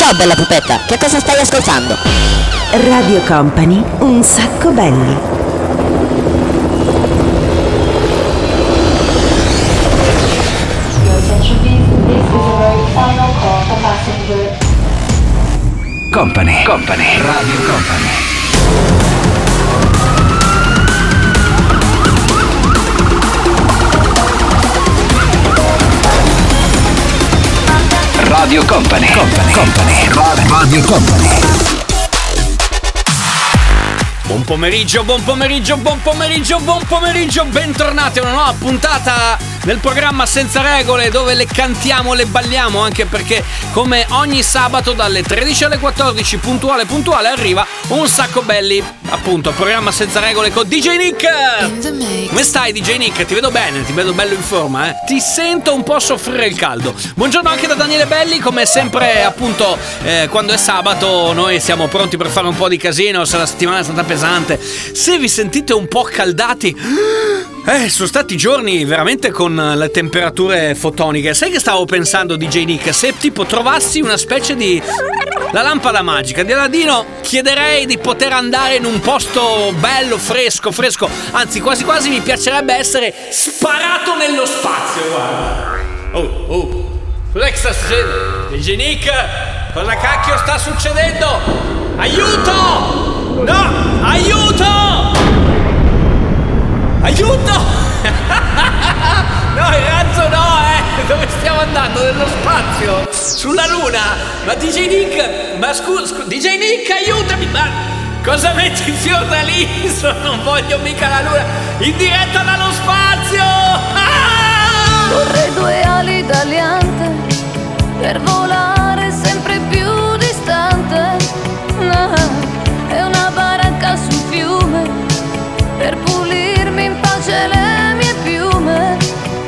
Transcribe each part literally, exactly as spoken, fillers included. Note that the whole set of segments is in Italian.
Ciao bella pupetta, che cosa stai ascoltando? Radio Company, un sacco belli. Company, Company, Radio Company. Radio Company, Company, Company, Radio Company. Buon pomeriggio, buon pomeriggio, buon pomeriggio, buon pomeriggio, bentornati a una nuova puntata nel programma Senza Regole, dove le cantiamo, le balliamo, anche perché come ogni sabato dalle tredici alle quattordici puntuale puntuale arriva Un Sacco Belli, appunto, programma Senza Regole con D J Nick. Come stai D J Nick? Ti vedo bene, ti vedo bello in forma, eh? Ti sento un po' soffrire il caldo. Buongiorno anche da Daniele Belli, come sempre appunto eh, quando è sabato noi siamo pronti per fare un po' di casino, se la settimana è stata pesante. Se vi sentite un po' accaldati, eh, sono stati giorni veramente con le temperature fotoniche. Sai che stavo pensando D J Nick? Se tipo trovassi una specie di la lampada magica di Aladino, chiederei di poter andare in un posto bello, fresco, fresco. Anzi, quasi quasi mi piacerebbe essere sparato nello spazio, guarda. Oh, oh, cos'è che sta succedendo? D J Nick, cosa cacchio sta succedendo? Aiuto! No, aiuto! Aiuto! No, il razzo no, eh! Dove stiamo andando? Nello spazio? Sulla luna? Ma D J Nick, ma scusa, scu- D J Nick, aiutami! Ma cosa metti il fiordaliso? Non voglio mica la luna! In diretta dallo spazio! Ah! Vorrei due ali d'aliante per volare sempre più distante. No, è una baracca sul fiume per pulirmi in pace le mie piume.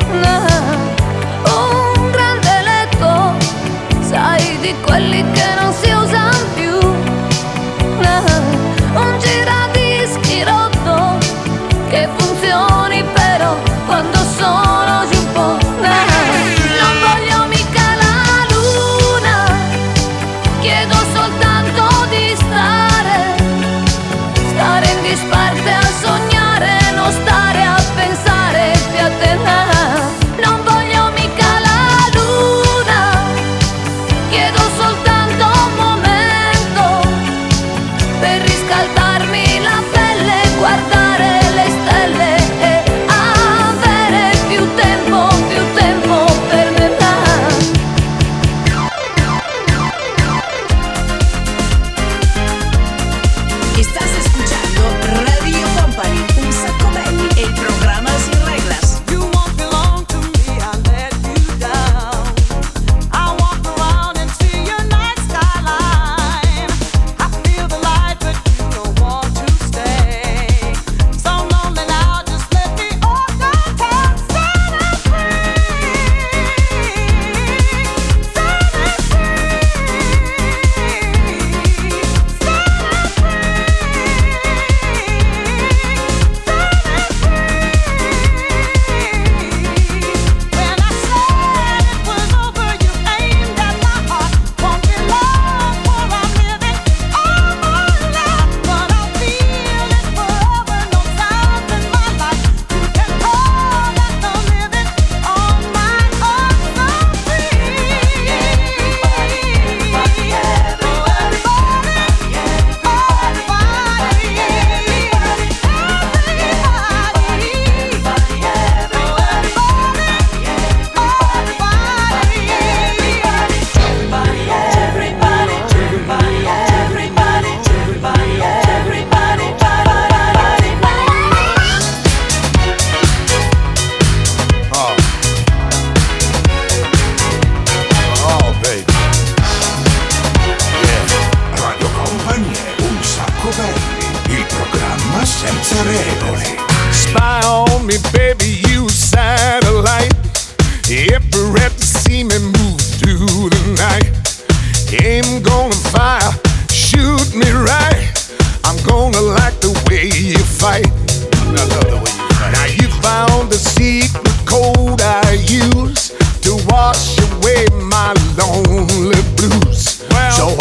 No, un grande letto, sai, di quelli che non si usano più. No, un giradischi rotto che funzioni però quando sono giù un po'. No, non voglio mica la luna, chiedo soltanto di stare, stare in disparte a sognare, non stare a pensare più a te. Non voglio mica la luna, chiedo soltanto un momento per riscaldarmi la pelle, guardare le stelle e avere più tempo, più tempo per me. Estás escuchando Radio Company, Un Sacco Belli, el programa sin reglas. You won't belong to me, I let you down. I walk around and see your night skyline. I feel the light, but you don't want to stay. So lonely now, just let me hold your hand. Set us free, set us free, set us When I said it was over, you aimed at my heart. Won't be long for I'm living all my life, but I'll feel it forever. No sound in my life you can call that the living on my own. So free. Everybody, everybody, Oh, baby. Yeah. Radio Company è Un Sacco Belli, il programma senza regole. Spy on me, baby, you satellite. Everywhere to see me move through the night. Aim gonna fire, shoot me right. I'm gonna like the way you fight. I love the way you fight. Now you found the secret code I use to wash away my lonely blues. So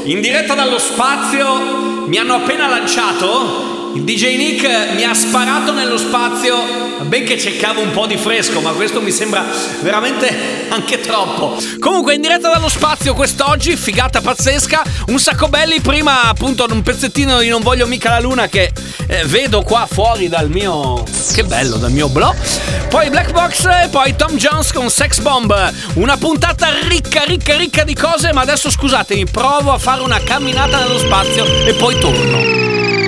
in diretta dallo spazio mi hanno appena lanciato. Il D J Nick mi ha sparato nello spazio, benché cercavo un po' di fresco, ma questo mi sembra veramente anche troppo. Comunque in diretta dallo spazio quest'oggi, figata pazzesca, un sacco belli. Prima appunto un pezzettino di Non voglio mica la luna che eh, vedo qua fuori dal mio, che bello, dal mio blog. Poi Black Box e poi Tom Jones con Sex Bomb. Una puntata ricca ricca ricca di cose, ma adesso scusatemi, provo a fare una camminata nello spazio e poi torno.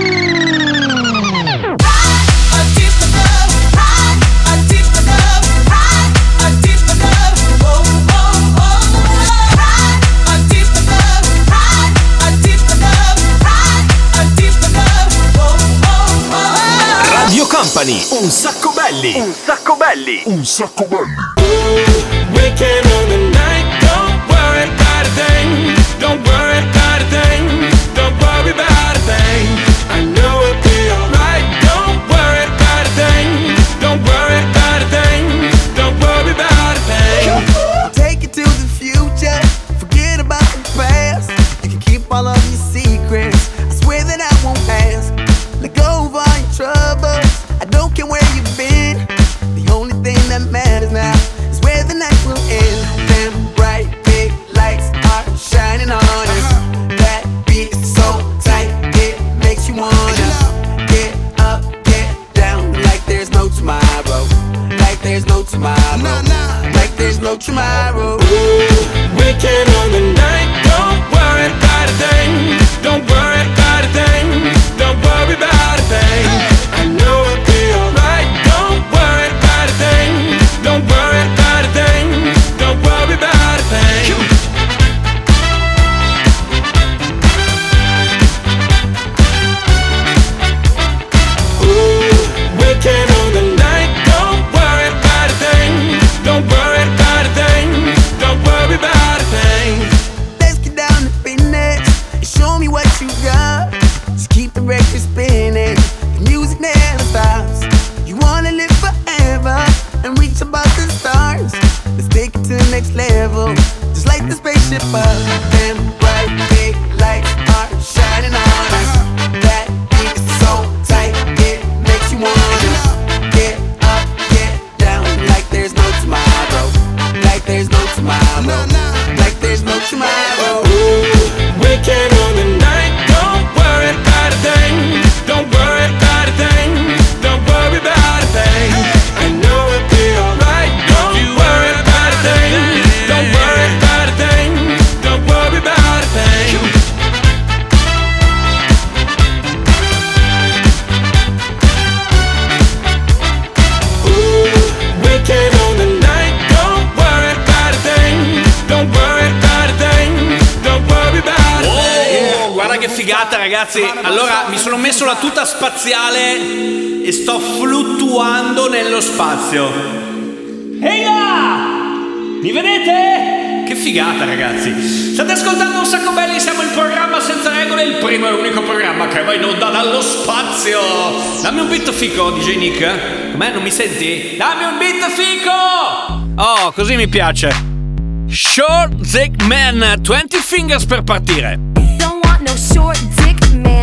Radio Company, un sacco belli, un sacco belli, un sacco belli. Weekend on the night, don't worry about a thing. Don't worry about a thing. Don't worry about a thing. I know it'll be alright. Don't worry about a thing. Don't worry about a thing. Don't worry about a thing. Take it to the future. Forget about the past. You can keep all of your secrets. I swear that I won't ask. Let go of all your troubles. I don't care where you've been. The only thing that matters now is where the night will end. Them bright big lights are shining on us. That beat is so tight, it makes you wanna get up, get down, like there's no tomorrow. Like there's no tomorrow. Like there's no tomorrow. Weekend on the night, don't worry about a thing. Don't worry about a thing. Don't worry about a thing. I know it'll be alright. Don't worry about a thing. Don't worry about a thing. Don't worry about a thing. Ooh, weekend on the night. Don't worry about a thing. Don't worry about a thing. Don't worry about a thing. Let's get down to business and show me what you got. Just keep the record spinning. The music never stops. You wanna live forever and reach above the stars. Let's take it to the next level. Just like the spaceship up. Them bright big lights are shining on us. That beat is so tight, it makes you wanna get up, get down, like there's no tomorrow. Like there's no tomorrow. Like there's no tomorrow. Weekend on the night, don't worry about a thing. Don't worry about a thing. Don't worry about a thing. I know it'll be alright. Don't you worry about a thing. Don't worry about a thing. Don't worry about a thing. Ooh, weekend on the night, don't worry about a thing. Don't worry about a thing. Don't worry about a thing. Oh, guarda che figata ragazzi. Allora mi sono messo la tuta spaziale e sto fluttuando nello spazio. Ehi là! Mi vedete? Che figata ragazzi. State ascoltando Un Sacco Belli, siamo il programma senza regole, il primo e unico programma che va in onda dallo spazio. Dammi un beat fico, D J Nick. Com'è? Non mi senti? Dammi un beat fico! Oh, così mi piace. Short Dick Man, venti fingers per partire. Don't want no short dick man.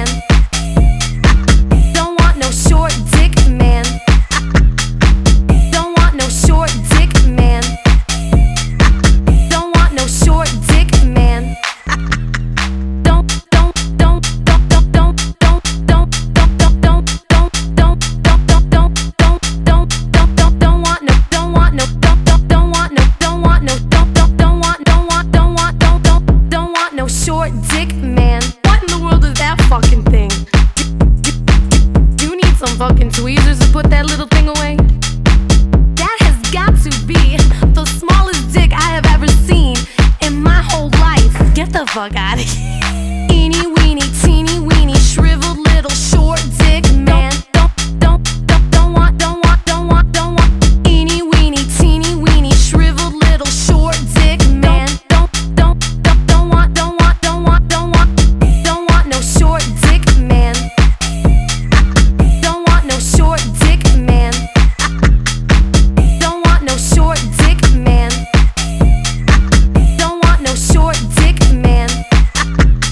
Don't want no short dick man. Don't want no short dick man. Don't want no short dick man. Don't don't don't don't don't don't don't don't don't don't don't don't don't don't don't don't want no don't want no don't don't don't want no don't want no don't don't don't want don't want don't want don't don't don't want no short dick man. What in the world is that fucking thing? You need some fucking tweezers to put that little thing away. That has got to be the smallest dick I have ever seen in my whole life. Get the fuck out of here. Eeny weeny teeny weeny shriveled little short dick man. Don't don't don't don't want don't want don't want don't want. Eeny weeny teeny weeny shriveled little short dick man. Don't don't don't don't want don't want don't want don't want don't want no short dick man. Don't want no short dick man. Don't want no short dick man. Don't want no short dick man.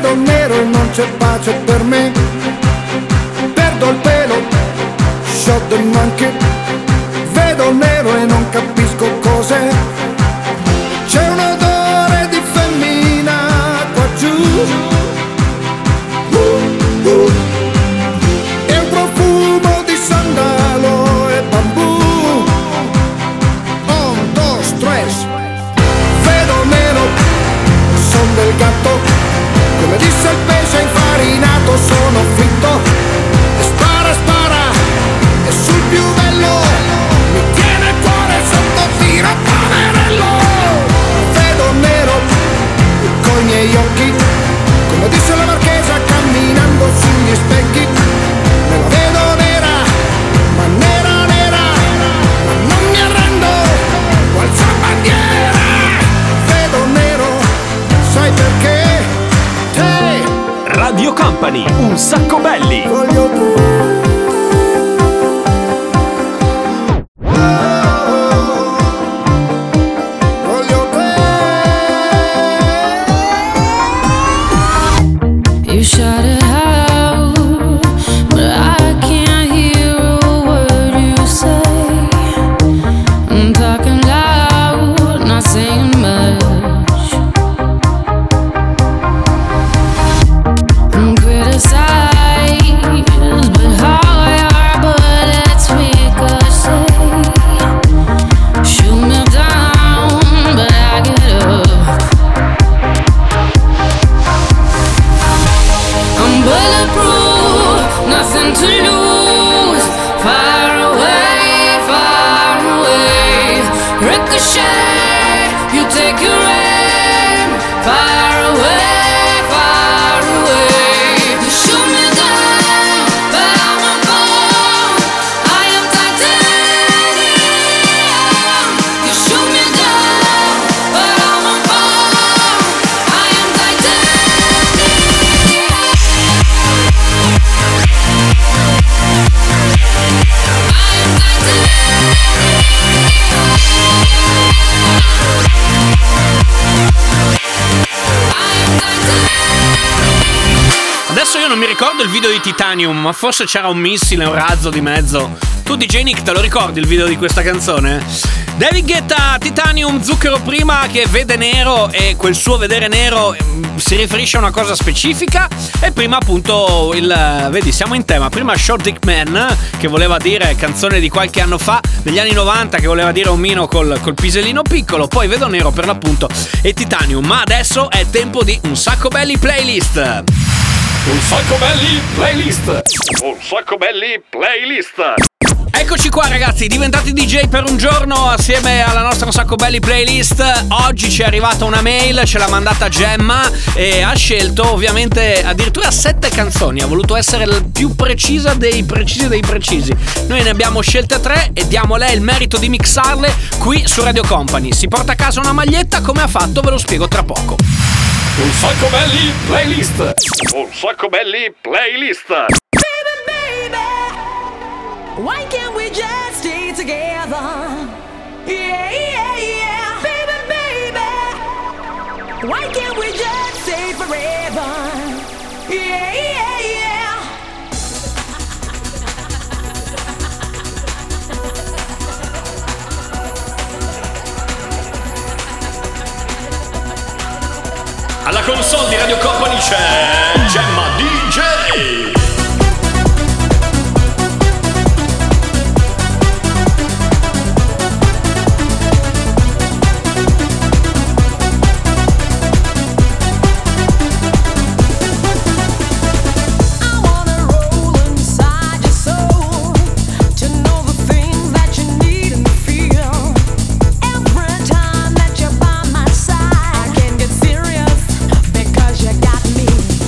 vedo nero e non c'è pace per me. Perdo il pelo, shot the monkey. Vedo nero e non capisco cos'è. C'è un odore di femmina qua giù. uh, uh. E un profumo di sandalo e bambù. Un, dos, tres. Vedo nero, son del gatto. Come disse il pesce infarinato, sono fritto. E spara, spara, e sul più bello mi tiene il cuore sotto tiro, poverello. Vedo nero coi miei occhi, come disse la marchesa camminando sugli specchi. Me la vedo nera, ma nera nera, ma non mi arrendo, alzo bandiera. Vedo nero, sai perché? Te Radio Company, un sacco belli. voglio te. Voglio te. You shout it out, but I can't hear a word you say. I'm talking loud, not saying much. I'm criticized, but how your bullets ricochet. Shoot me down, but I get up. I'm bulletproof, nothing to lose. Far away, far away. Ricochet, you take your aim. Far away, far away. You shoot me down, but I'm a bomb. I am titanium. You shoot me down, but I'm a bomb. I am titanium. Adesso io non mi ricordo il video di Titanium, ma forse c'era un missile, un razzo di mezzo. Tu D J Nick te lo ricordi il video di questa canzone? David Guetta, Titanium, Zucchero prima, che vede nero, e quel suo vedere nero mm, si riferisce a una cosa specifica. E prima appunto il, vedi, siamo in tema. Prima Short Dick Man, che voleva dire canzone di qualche anno fa, degli anni novanta, che voleva dire omino col, col pisellino piccolo. Poi vedo nero per l'appunto e Titanium. Ma adesso è tempo di Un Sacco Belli Playlist. Un sacco belli playlist. Un sacco belli playlist. Eccoci qua ragazzi, diventati D J per un giorno assieme alla nostra Un Sacco Belli Playlist. Oggi ci è arrivata una mail, ce l'ha mandata Gemma e ha scelto ovviamente addirittura sette canzoni. Ha voluto essere la più precisa dei precisi dei precisi. Noi ne abbiamo scelte tre e diamo a lei il merito di mixarle qui su Radio Company. Si porta a casa una maglietta, come ha fatto ve lo spiego tra poco. Un sacco belli playlist. Un sacco belli playlist. Baby, baby, why can't we just stay together? Yeah, yeah, yeah. Baby, baby, why can't we just stay forever? Yeah, yeah, yeah. Alla console di Radio Company c'è Gemma D J. Because you got me.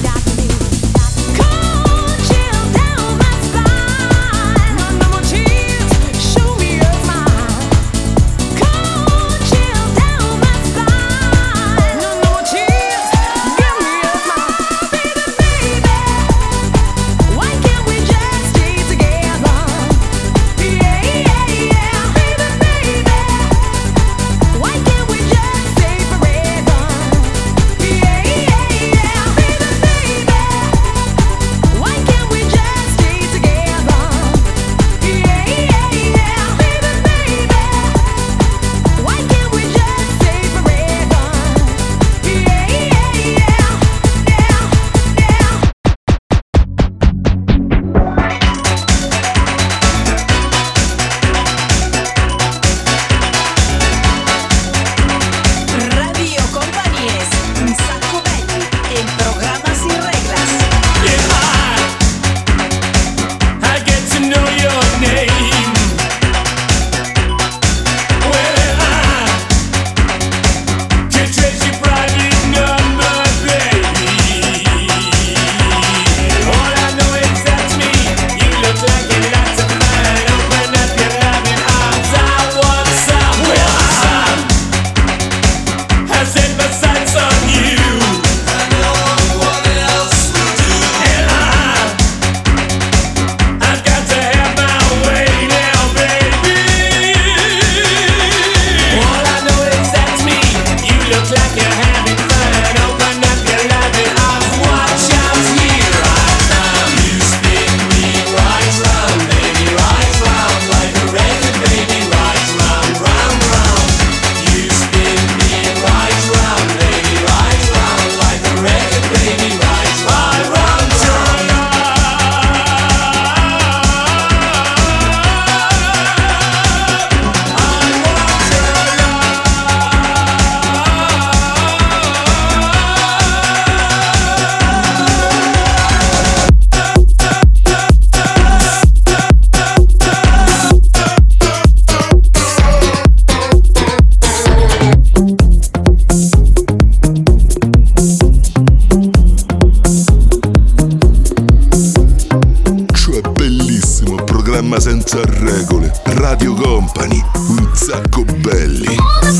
senza regole. Radio Company, un sacco belli.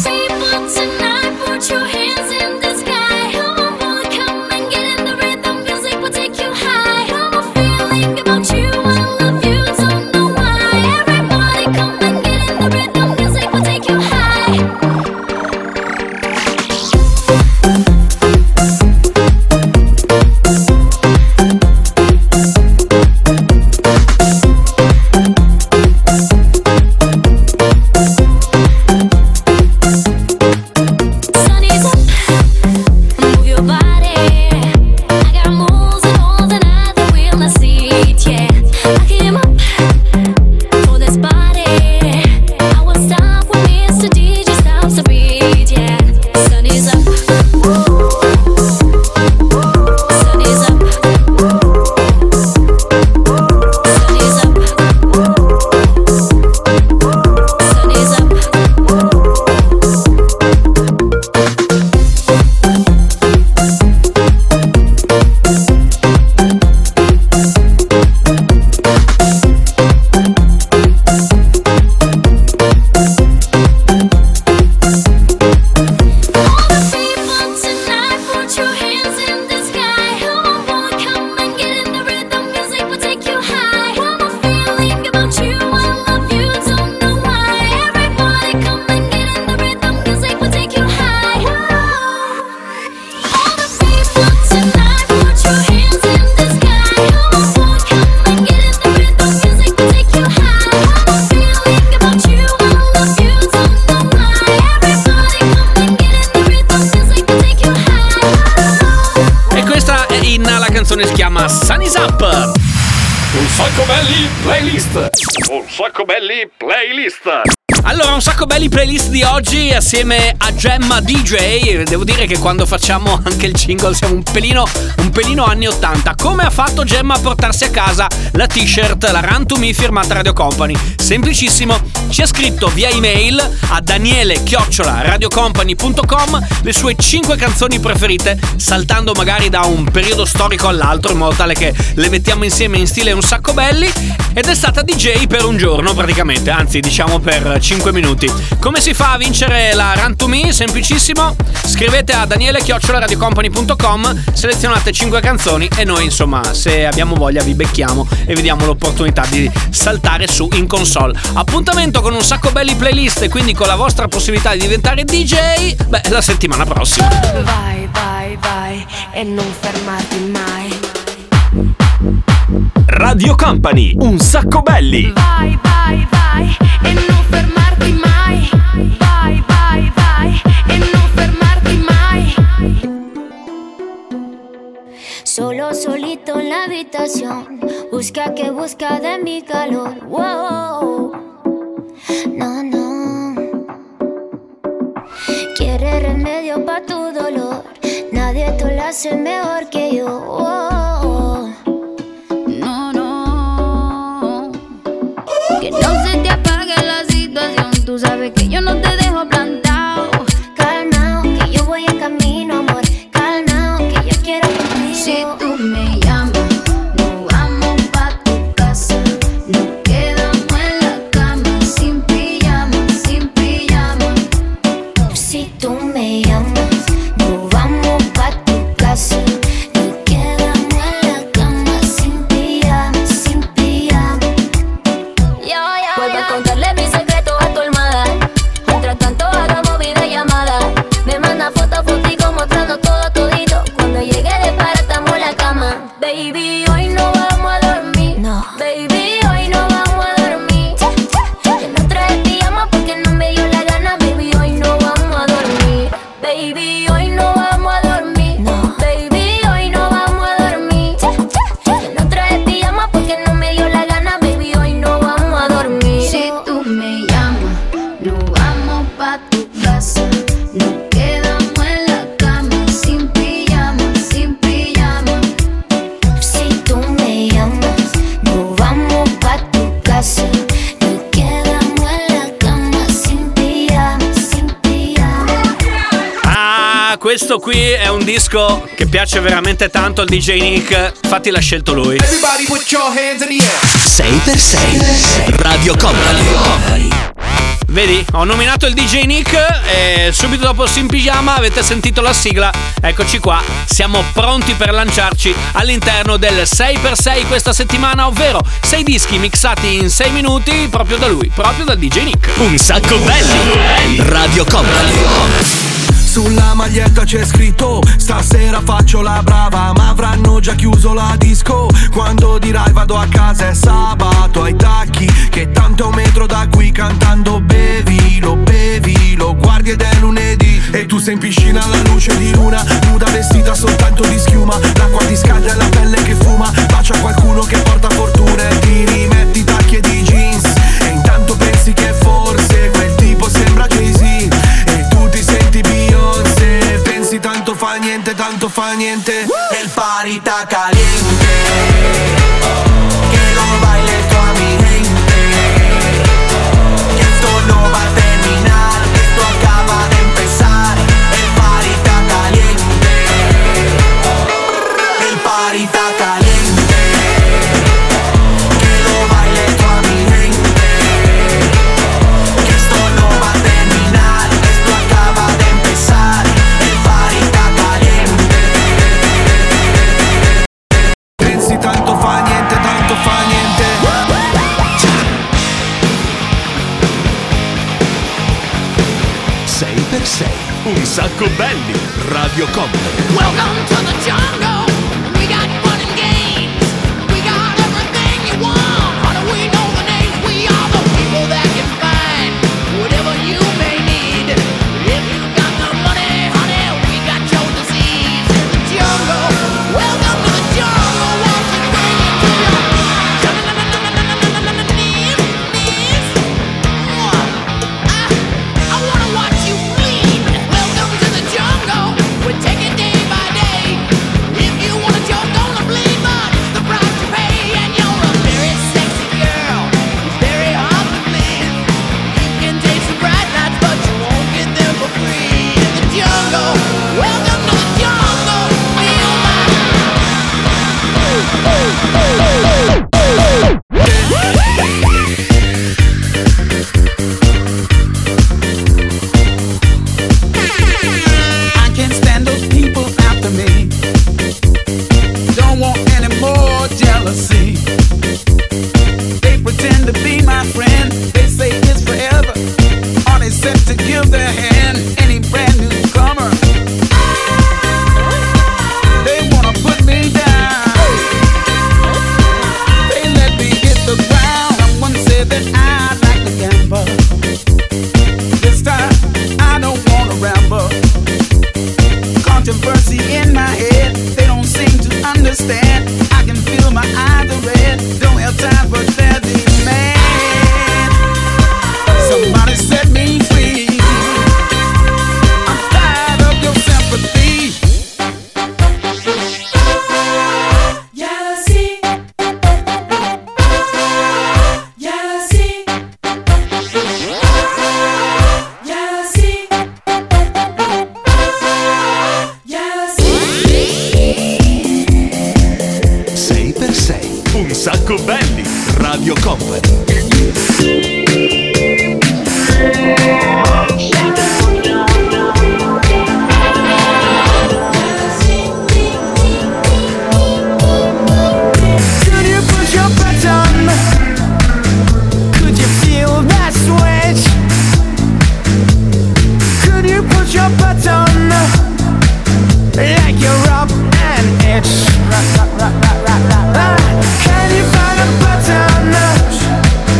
Si chiama Sunny's Up. Un sacco belli playlist. Un sacco belli playlist. Allora, un sacco belli playlist di oggi assieme a Gemma D J. Devo dire che quando facciamo anche il jingle siamo un pelino un pelino anni ottanta. Come ha fatto Gemma a portarsi a casa la t-shirt, la Run to Me firmata Radio Company? Semplicissimo, ci ha scritto via email a daniele chiocciola radiocompany punto com le sue cinque canzoni preferite, saltando magari da un periodo storico all'altro in modo tale che le mettiamo insieme in stile un sacco belli, ed è stata D J per un giorno praticamente, anzi diciamo per cinque minuti. Come si fa a vincere la Run to Me? Semplicissimo, scrivete a daniele chiocciola radiocompany punto com, selezionate cinque canzoni e noi insomma se abbiamo voglia vi becchiamo e vi diamo l'opportunità di saltare su in console. Appuntamento con un sacco belli playlist e quindi con la vostra possibilità di diventare D J, beh, la settimana prossima. Vai, vai, vai e non fermarti mai. Radio Company, un sacco belli. Vai, vai, vai e non fermarti mai. Vai, vai, vai e non fermarti mai. Solo solito en la habitación, busca que busca de mi calor. Wow. No, no. Quiere remedio pa' tu dolor, nadie te lo hace mejor que yo. Wow. No, no. Que no se te apague la situación, tú sabes que yo no te dejo plantado. Calmao, que yo voy en camino, amor. Calmao, que yo quiero contigo. Si tú me llamas, nos vamos pa' tu casa. Nos quedamos en la cama, sin pijama, sin pijama. Si tú me llamas, nos vamos pa' tu casa. Nos quedamos en la cama, sin pijama, sin pijama. Vuelve a contarle mis secretos a tu almohada. Mientras tanto hagamos videollamada. Me manda foto, fotico mostrando todo todito. Cuando llegue de para estamos en la cama. Baby, hoy no vamos a dormir. No. Baby, hoy no vamos a dormir. Que no traje pijama porque no me dio la gana. Baby, hoy no vamos a dormir. Baby, hoy no vamos a dormir. No. Baby, hoy no vamos a dormir. Que no traje pijama porque no me dio la gana. Baby, hoy no vamos a dormir. Si tú me llamas, nos vamos pa' tu casa. Nos quedamos en la cama, sin pijama, sin pijama. Si tú questo qui è un disco che piace veramente tanto al D J Nick, infatti l'ha scelto lui. Everybody put your hands in the air. sei per sei Radio Company. Vedi, ho nominato il D J Nick e subito dopo Sin Pigiama avete sentito la sigla. Eccoci qua, siamo pronti per lanciarci all'interno del sei per sei questa settimana, ovvero sei dischi mixati in sei minuti proprio da lui, proprio dal D J Nick. Un sacco belli. Radio Company. Sulla maglietta c'è scritto: stasera faccio la brava, ma avranno già chiuso la disco. Quando dirai vado a casa è sabato ai tacchi, che tanto è un metro da qui. Cantando bevi, lo bevi, lo guardi ed è lunedì. E tu sei in piscina alla luce di luna, nuda vestita soltanto di schiuma. L'acqua ti scalda e la pelle che fuma. Bacia qualcuno che porta fortuna e ti rimetti tacchi e di jeans. E intanto pensi che forse quel tipo sembra Jay-Z e tu ti senti Beyoncé. Pensi tanto fa niente, tanto fa niente. El party está caliente, que lo baile toda mi gente, que esto no va a terminar, que esto acaba de empezar. El party está caliente, el party está caliente, que lo baile toda mi gente, que esto no va a terminar, que esto acaba de empezar. El party está caliente. Pensi tanto fa niente, tanto fa niente. sei per sei Un sacco belli. Radio Company. Welcome to the jungle. We got fun and games. We got everything you want. How do we know the names? We are the people that can find whatever you may need. If you got the money, honey, we got your disease. In the jungle. Welcome to the jungle. Won't you bring it to your knees, knees? I, I wanna watch you bleed. Welcome to the jungle. We take it day by day. If you wanna joke on the bleed, but it's the price you pay. And you're a very sexy girl. It's very hard to please. You can taste the bright lights, but you won't get them for free. In the jungle. Welcome to the jungle. Feel I can't stand those people after me. Don't want any more jealousy. They pretend to be my friend. They say it's forever. Are they set to give their hand? Any brand newcomer? They wanna put me down. They let me hit the ground. Someone said that I like to gamble. This time I don't wanna ramble. Controversy in my head, they don't seem to understand. I can feel my eyes are red, don't have time for their demand. Somebody set me free. I'm tired of your sympathy. Jealousy. Jealousy. Jealousy. sei per sei Un sacco belli. Radio Company. Could you push your button? Could you feel that switch? Could you push your button? Like you're up and itch. Ah, can you find a button?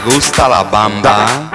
gusta la bamba?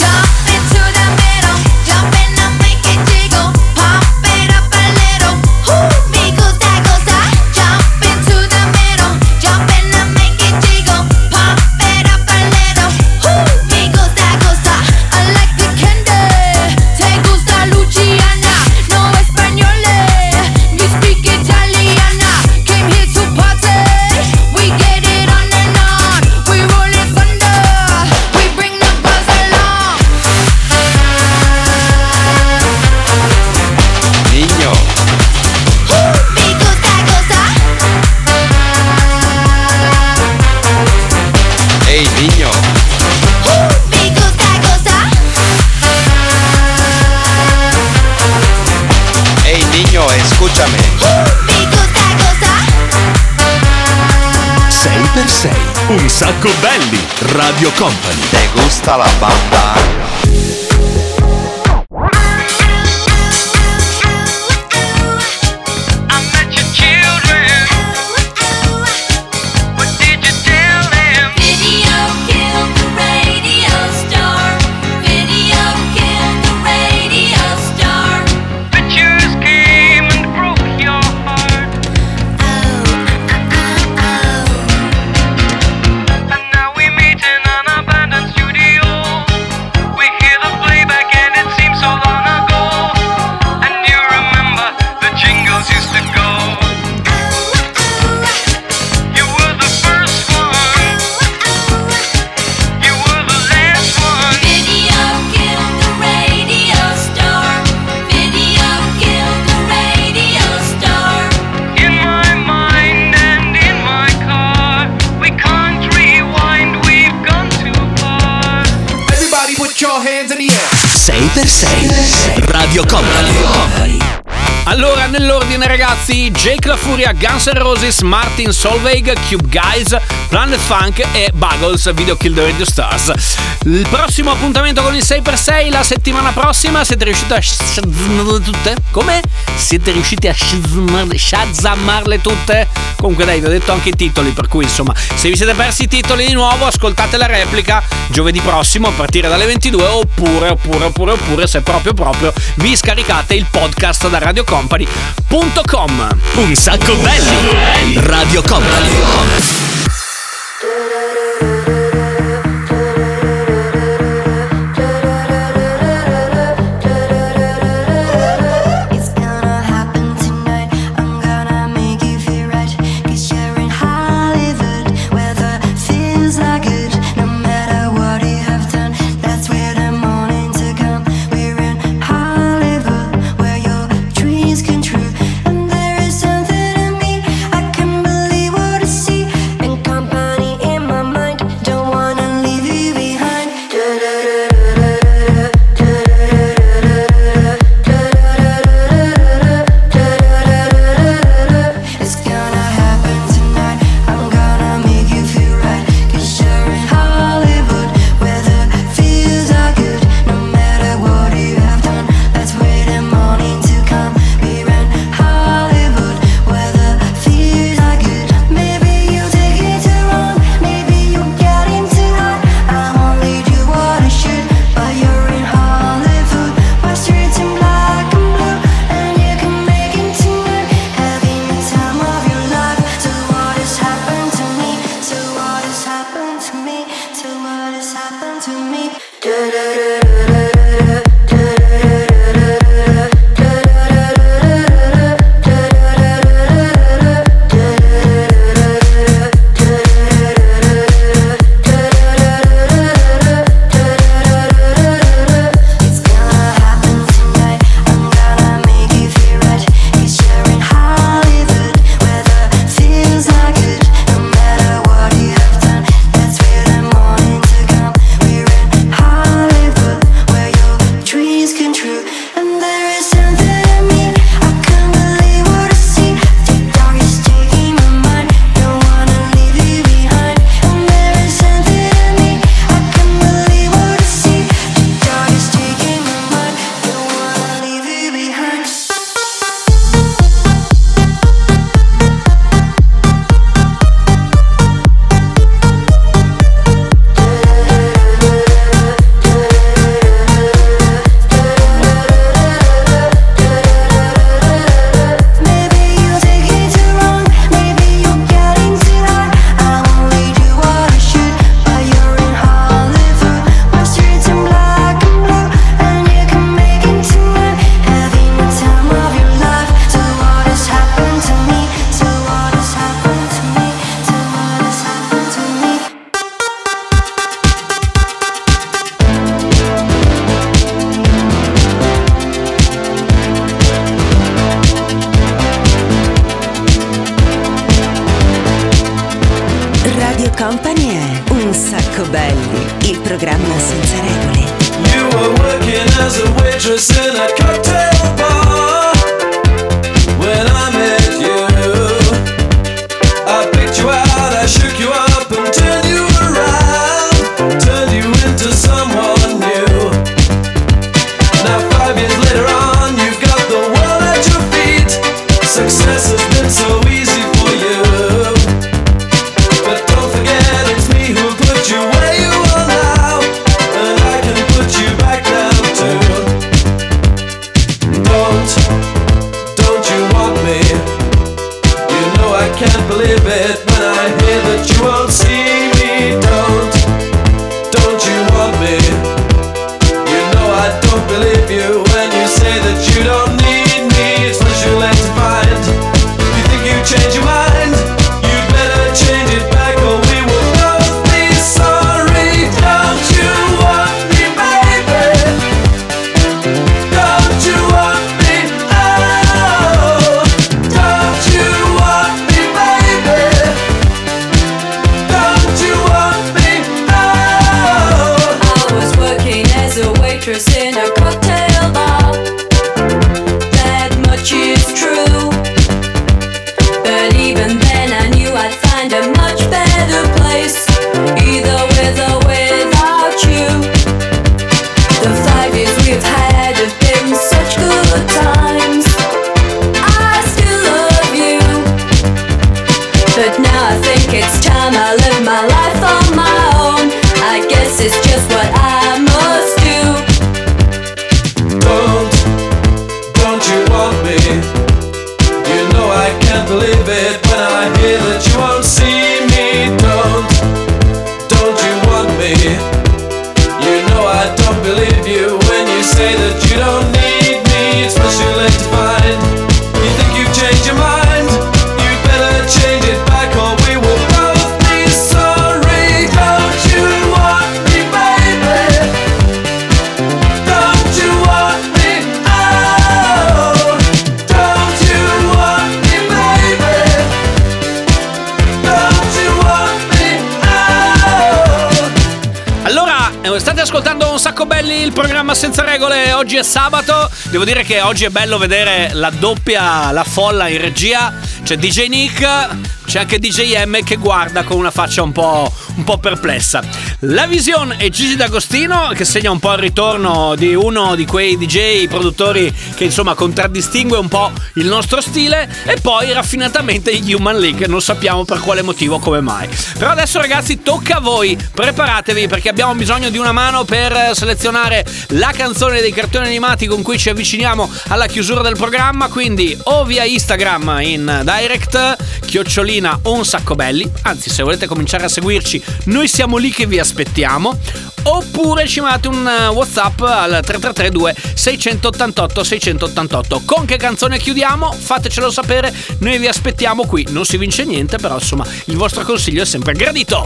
sei per sei, un sacco belli, Radio Company. Te gusta la bamba? sei per sei, Radio Company. Allora, nell'ordine ragazzi, Jake La Furia, Guns N' Roses, Martin Solveig, Cube Guys, Planet Funk e Buggles, Video Kill the Radio Stars. Il prossimo appuntamento con il sei per sei la settimana prossima. Siete riusciti a shazzamarle tutte? Come? Siete riusciti a shazzamarle tutte? Comunque dai, vi ho detto anche i titoli, per cui insomma, se vi siete persi i titoli di nuovo, ascoltate la replica giovedì prossimo a partire dalle ventidue, oppure, oppure, oppure, oppure, se proprio proprio, vi scaricate il podcast da radio company punto com. Un sacco belli, Radio Company. Belli, il programma senza regole. You were working as a waitress in a cocktail bar when I met you. I picked you out, I shook you up and turned you around, turned you into someone new. Now five years later on, you've got the world at your feet. Success has been so easy for you, but don't forget it's me who put you where you are now, and I can put you back down too. Don't, don't you want me? You know I can't believe it when I hear that you won't see me. Don't, don't you want me? You know I don't believe you when you say that you don't need me. It's what you left to find. You think you change your mind? You'd better change it back or we will both be sorry. Don't you want me, baby? Don't you want me? Oh, don't you want me, baby? Don't you want me? Oh. I was working as a waitress in a cocktail bar. That much is true. But even then I knew I'd find a much better place, either with or without you. The five years we've had have been such good times. I still love you, but now I think it's time I live my life on my own. I guess it's just what I must do. Don't, don't you want me? You know I can't believe it when I hear that you won't see me. Don't, don't you want me? You know I don't believe you when you say that you don't need me. It's much too late to find. You think you've changed your mind? You'd better change it back or we will both be sorry. Don't you want me, baby? Don't you want me? Oh, don't you want me, baby? Don't you want me? Oh. Allora, eh, state ascoltando Un Sacco Belli, il programma senza regole. Oggi è sabato. Devo dire che oggi è bello vedere la doppia, la folla in regia. C'è D J Nick, c'è anche D J M che guarda con una faccia un po', un po' perplessa. La Vision e Gigi D'Agostino, che segna un po' il ritorno di uno di quei D J produttori che insomma contraddistingue un po' il nostro stile. E poi raffinatamente gli Human League, non sappiamo per quale motivo, come mai. Però adesso ragazzi tocca a voi, preparatevi perché abbiamo bisogno di una mano per selezionare la canzone dei cartoni animati con cui ci avviciniamo alla chiusura del programma. Quindi o via Instagram in direct, chiocciolina Un Sacco Belli, anzi se volete cominciare a seguirci noi siamo lì che vi aspettiamo, oppure ci mandate un WhatsApp al tre tre tre due sei otto otto sei otto otto. Con che canzone chiudiamo? Fatecelo sapere, noi vi aspettiamo qui. Non si vince niente, però insomma il vostro consiglio è sempre gradito.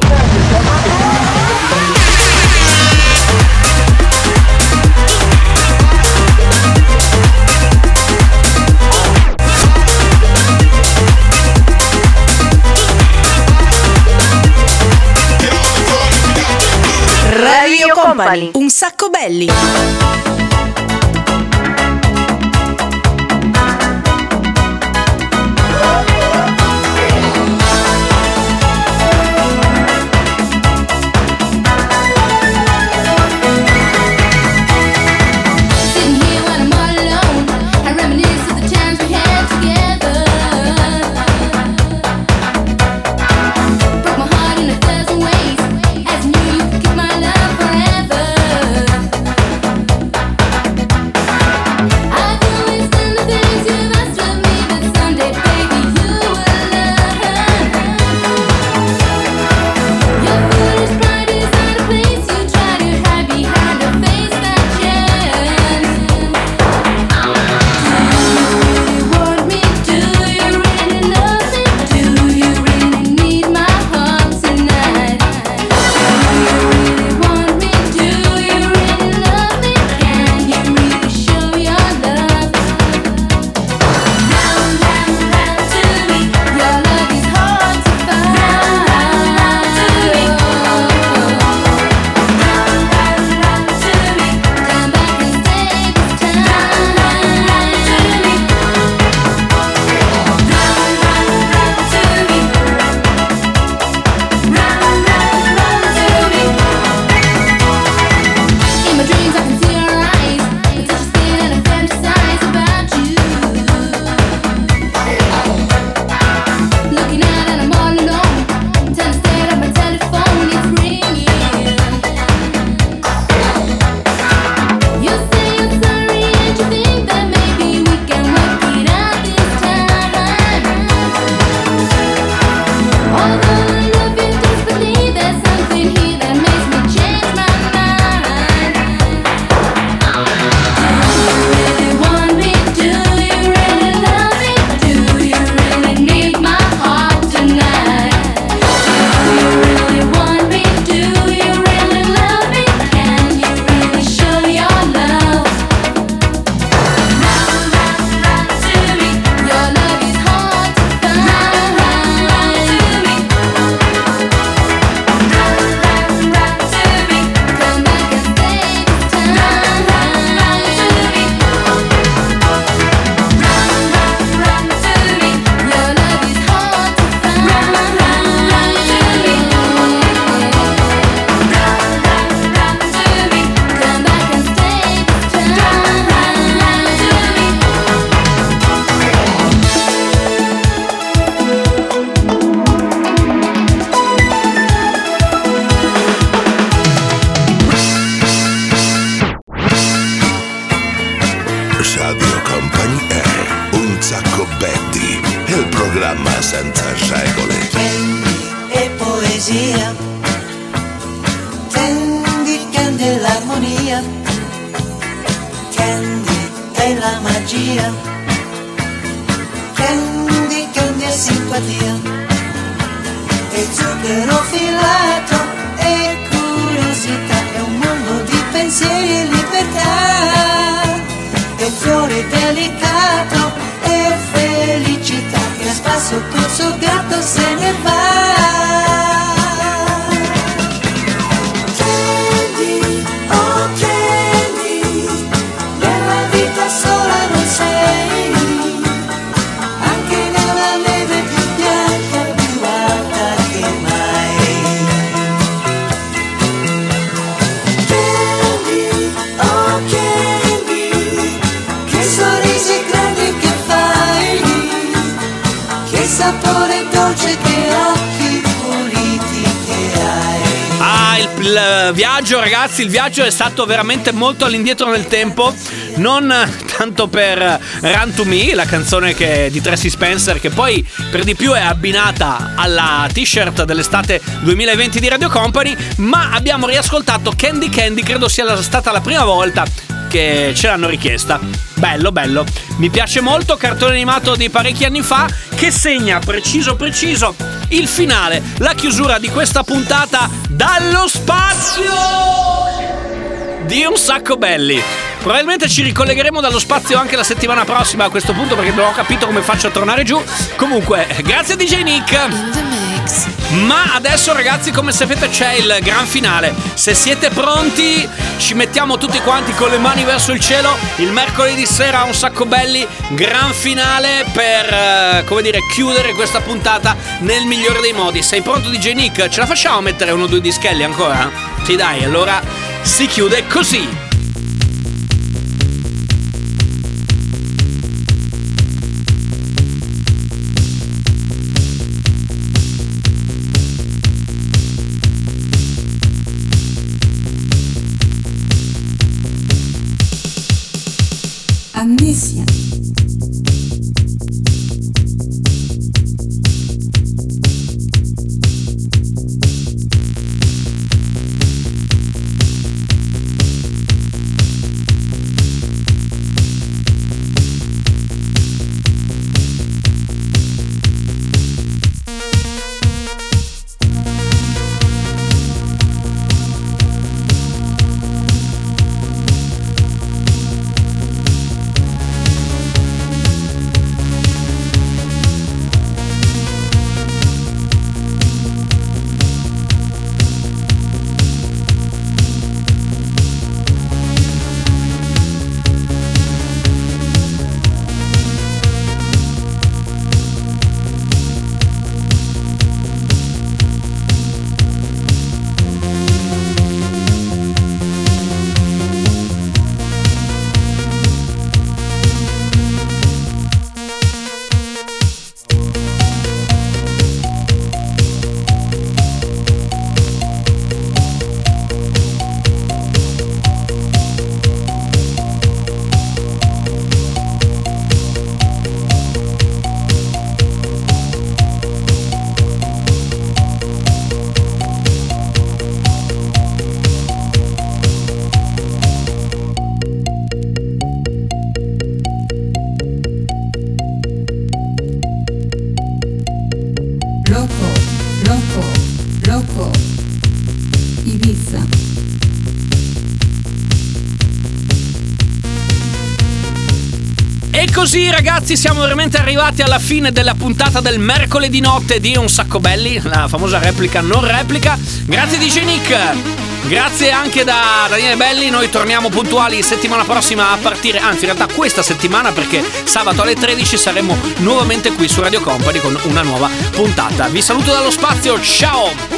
Radio Company, Un Sacco Belli. As knew you could keep my love forever. Radio Company è Un Sacco Belli, il programma senza regole. Candy e poesia, Candy, Candy è l'armonia, Candy è la magia, Candy, Candy è simpatia, e zucchero filato e curiosità, è un mondo di pensieri e libertà, è fiore delicato e felicità, che a spasso col suo gatto se ne va. Candy, oh Candy, nella vita sola non sei, anche nella neve più bianca, più alta che mai. Candy, oh Candy, che sorrisi grandi che fai, che sapore dolce, che occhi puliti che hai. Ah, il, il viaggio, ragazzi, il viaggio è stato veramente molto all'indietro nel tempo. Non tanto per Run to Me, la canzone che, di Tracy Spencer, che poi per di più è abbinata alla t-shirt dell'estate duemilaventi di Radio Company, ma abbiamo riascoltato Candy Candy, credo sia stata la prima volta che ce l'hanno richiesta. Bello, bello. Mi piace molto, cartone animato di parecchi anni fa, che segna preciso preciso il finale, la chiusura di questa puntata dallo spazio di Un Sacco Belli. Probabilmente ci ricollegheremo dallo spazio anche la settimana prossima a questo punto, perché non ho capito come faccio a tornare giù. Comunque, grazie a D J Nick. Ma adesso, ragazzi, come sapete, c'è il gran finale. Se siete pronti, ci mettiamo tutti quanti con le mani verso il cielo. Il mercoledì sera Un Sacco Belli, gran finale per, eh, come dire, chiudere questa puntata nel migliore dei modi. Sei pronto, D J Nick? Ce la facciamo a mettere uno o due dischelli ancora? Sì, dai, allora si chiude così. Amnesia. E così, ragazzi, siamo veramente arrivati alla fine della puntata del mercoledì notte di Un Sacco Belli, la famosa replica non replica. Grazie D J Nick, grazie anche da Daniele Belli. Noi torniamo puntuali settimana prossima a partire, anzi in realtà questa settimana, perché sabato alle tredici saremo nuovamente qui su Radio Company con una nuova puntata. Vi saluto dallo spazio, ciao!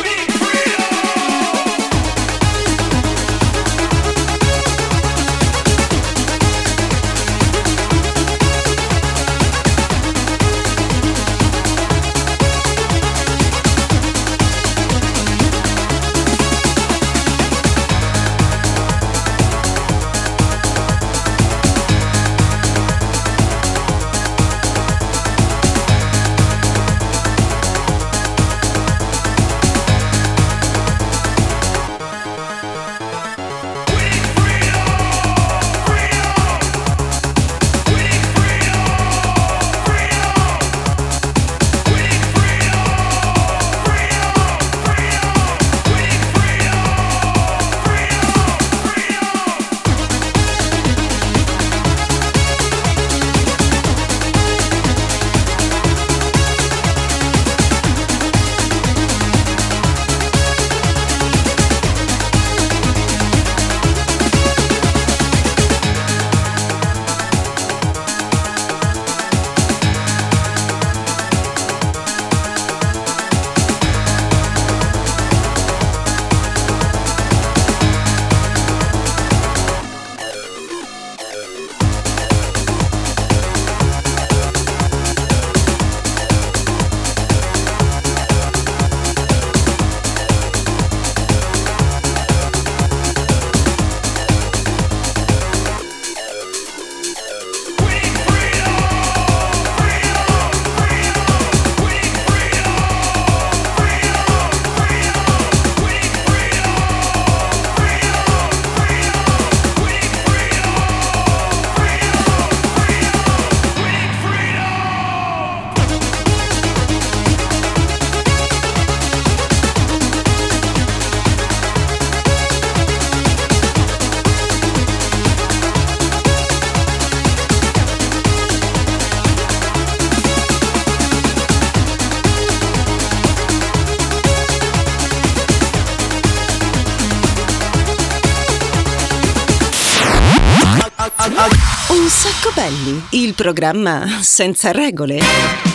Un sacco belli, il programma senza regole.